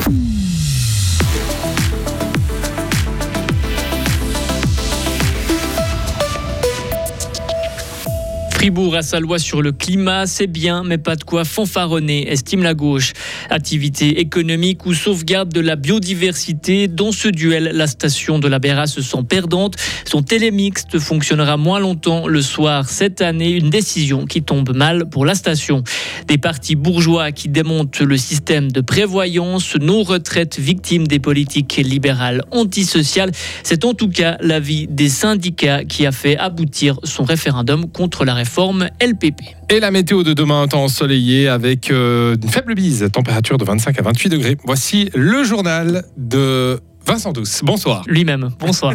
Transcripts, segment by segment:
Fribourg a sa loi sur le climat, c'est bien, mais pas de quoi fanfaronner, estime la gauche. Activité économique ou sauvegarde de la biodiversité, dans ce duel, la station de la Béra se sent perdante. Son télémixte fonctionnera moins longtemps le soir cette année, une décision qui tombe mal pour la station. Des partis bourgeois qui démontent le système de prévoyance, nos retraites victimes des politiques libérales antisociales. C'est en tout cas l'avis des syndicats qui a fait aboutir son référendum contre la réforme LPP. Et la météo de demain, temps ensoleillé avec une faible bise, température de 25 à 28 degrés. Voici le journal de Vincent Douce. Bonsoir. Lui-même, bonsoir.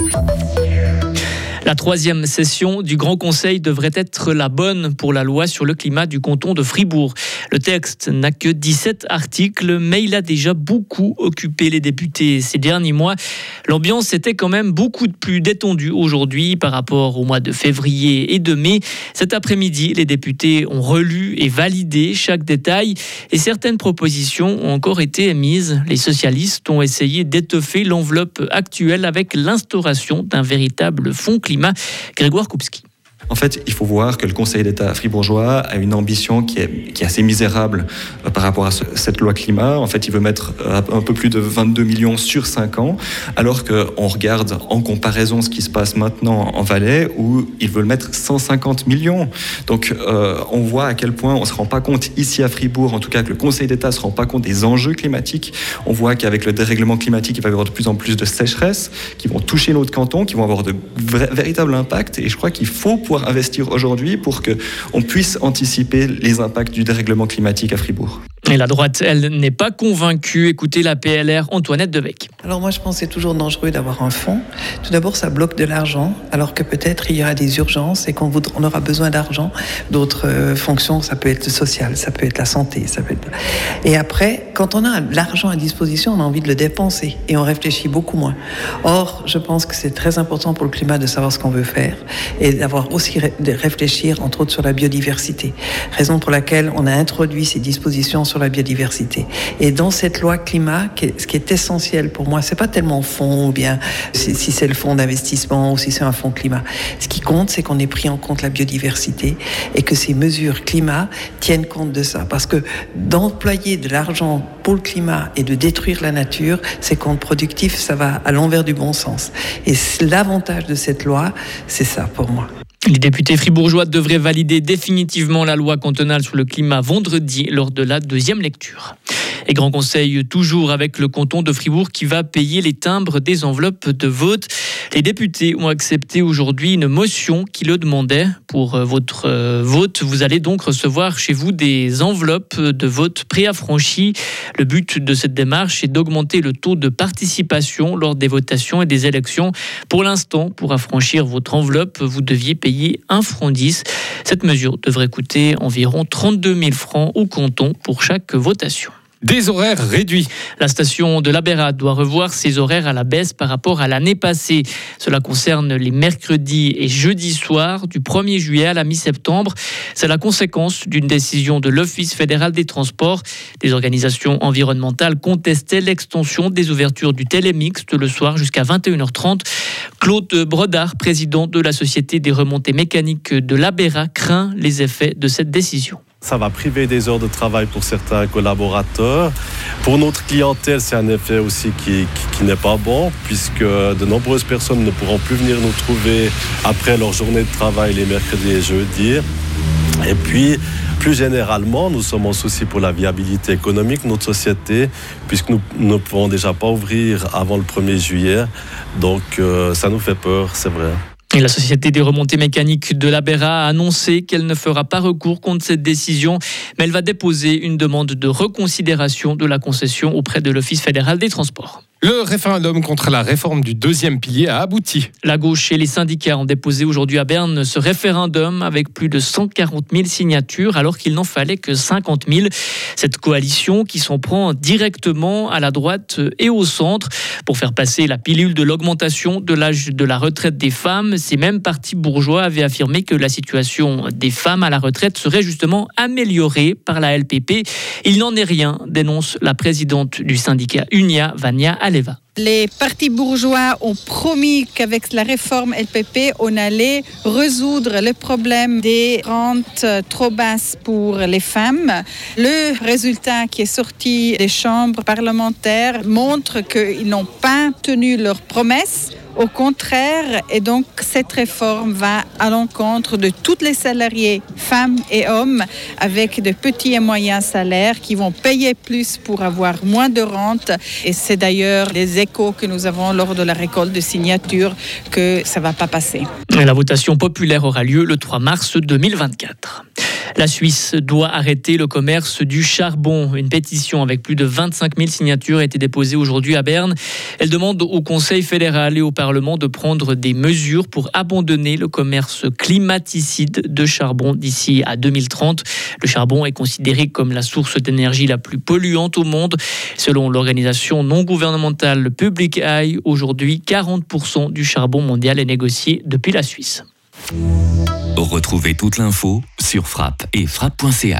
La troisième session du Grand Conseil devrait être la bonne pour la loi sur le climat du canton de Fribourg. Le texte n'a que 17 articles, mais il a déjà beaucoup occupé les députés ces derniers mois. L'ambiance était quand même beaucoup plus détendue aujourd'hui par rapport au mois de février et de mai. Cet après-midi, les députés ont relu et validé chaque détail et certaines propositions ont encore été émises. Les socialistes ont essayé d'étoffer l'enveloppe actuelle avec l'instauration d'un véritable fonds climat. Grégoire Koupski. En fait, il faut voir que le Conseil d'État fribourgeois a une ambition qui est assez misérable par rapport à cette loi climat. En fait, il veut mettre un peu plus de 22 millions sur 5 ans, alors qu'on regarde en comparaison ce qui se passe maintenant en Valais, où ils veulent mettre 150 millions. Donc, on voit à quel point on ne se rend pas compte ici à Fribourg, en tout cas que le Conseil d'État ne se rend pas compte des enjeux climatiques. On voit qu'avec le dérèglement climatique, il va y avoir de plus en plus de sécheresses qui vont toucher notre canton, qui vont avoir de véritables impacts. Et je crois qu'il faut pouvoir investir aujourd'hui pour qu'on puisse anticiper les impacts du dérèglement climatique à Fribourg. Et la droite, elle, n'est pas convaincue. Écoutez la PLR, Antoinette Devecq. Alors moi, je pense que c'est toujours dangereux d'avoir un fonds. Tout d'abord, ça bloque de l'argent, alors que peut-être il y aura des urgences et qu'on aura besoin d'argent. D'autres fonctions, ça peut être le social, ça peut être la santé, ça peut être... Et après, quand on a l'argent à disposition, on a envie de le dépenser et on réfléchit beaucoup moins. Or, je pense que c'est très important pour le climat de savoir ce qu'on veut faire et d'avoir aussi de réfléchir, entre autres, sur la biodiversité. Raison pour laquelle on a introduit ces dispositions sur la biodiversité. Et dans cette loi climat, ce qui est essentiel pour moi, c'est pas tellement le fonds ou bien si c'est le fonds d'investissement ou si c'est un fonds climat. Ce qui compte, c'est qu'on ait pris en compte la biodiversité et que ces mesures climat tiennent compte de ça. Parce que d'employer de l'argent pour le climat et de détruire la nature, c'est contre-productif, ça va à l'envers du bon sens. Et l'avantage de cette loi, c'est ça pour moi. Les députés fribourgeois devraient valider définitivement la loi cantonale sur le climat vendredi lors de la deuxième lecture. Et Grand Conseil toujours avec le canton de Fribourg qui va payer les timbres des enveloppes de vote. Les députés ont accepté aujourd'hui une motion qui le demandait. Pour votre vote, vous allez donc recevoir chez vous des enveloppes de vote préaffranchies. Le but de cette démarche est d'augmenter le taux de participation lors des votations et des élections. Pour l'instant, pour affranchir votre enveloppe, vous deviez payer 1,10 franc. Cette mesure devrait coûter environ 32 000 francs au canton pour chaque votation. Des horaires réduits. La station de la Béra doit revoir ses horaires à la baisse par rapport à l'année passée. Cela concerne les mercredis et jeudis soirs du 1er juillet à la mi-septembre. C'est la conséquence d'une décision de l'Office fédéral des transports. Des organisations environnementales contestaient l'extension des ouvertures du télémixte le soir jusqu'à 21h30. Claude Brodard, président de la Société des remontées mécaniques de la Béra, craint les effets de cette décision. Ça va priver des heures de travail pour certains collaborateurs. Pour notre clientèle, c'est un effet aussi qui n'est pas bon, puisque de nombreuses personnes ne pourront plus venir nous trouver après leur journée de travail les mercredis et jeudis. Et puis, plus généralement, nous sommes en souci pour la viabilité économique de notre société, puisque nous ne pouvons déjà pas ouvrir avant le 1er juillet. Donc, ça nous fait peur, c'est vrai. Et la Société des remontées mécaniques de la Béra a annoncé qu'elle ne fera pas recours contre cette décision, mais elle va déposer une demande de reconsidération de la concession auprès de l'Office fédéral des transports. Le référendum contre la réforme du deuxième pilier a abouti. La gauche et les syndicats ont déposé aujourd'hui à Berne ce référendum avec plus de 140 000 signatures alors qu'il n'en fallait que 50 000. Cette coalition qui s'en prend directement à la droite et au centre pour faire passer la pilule de l'augmentation de l'âge de la retraite des femmes. Ces mêmes partis bourgeois avaient affirmé que la situation des femmes à la retraite serait justement améliorée par la LPP. Il n'en est rien, dénonce la présidente du syndicat Unia, Vania Aleva. Les partis bourgeois ont promis qu'avec la réforme LPP, on allait résoudre le problème des rentes trop basses pour les femmes. Le résultat qui est sorti des chambres parlementaires montre qu'ils n'ont pas tenu leurs promesses. Au contraire, et donc cette réforme va à l'encontre de tous les salariés, femmes et hommes, avec de petits et moyens salaires qui vont payer plus pour avoir moins de rente. Et c'est d'ailleurs les échos que nous avons lors de la récolte de signatures que ça ne va pas passer. La votation populaire aura lieu le 3 mars 2024. La Suisse doit arrêter le commerce du charbon. Une pétition avec plus de 25 000 signatures a été déposée aujourd'hui à Berne. Elle demande au Conseil fédéral et au Parlement de prendre des mesures pour abandonner le commerce climaticide de charbon d'ici à 2030. Le charbon est considéré comme la source d'énergie la plus polluante au monde. Selon l'organisation non gouvernementale Public Eye, aujourd'hui, 40% du charbon mondial est négocié depuis la Suisse. Retrouvez toute l'info sur frappe et frappe.ch.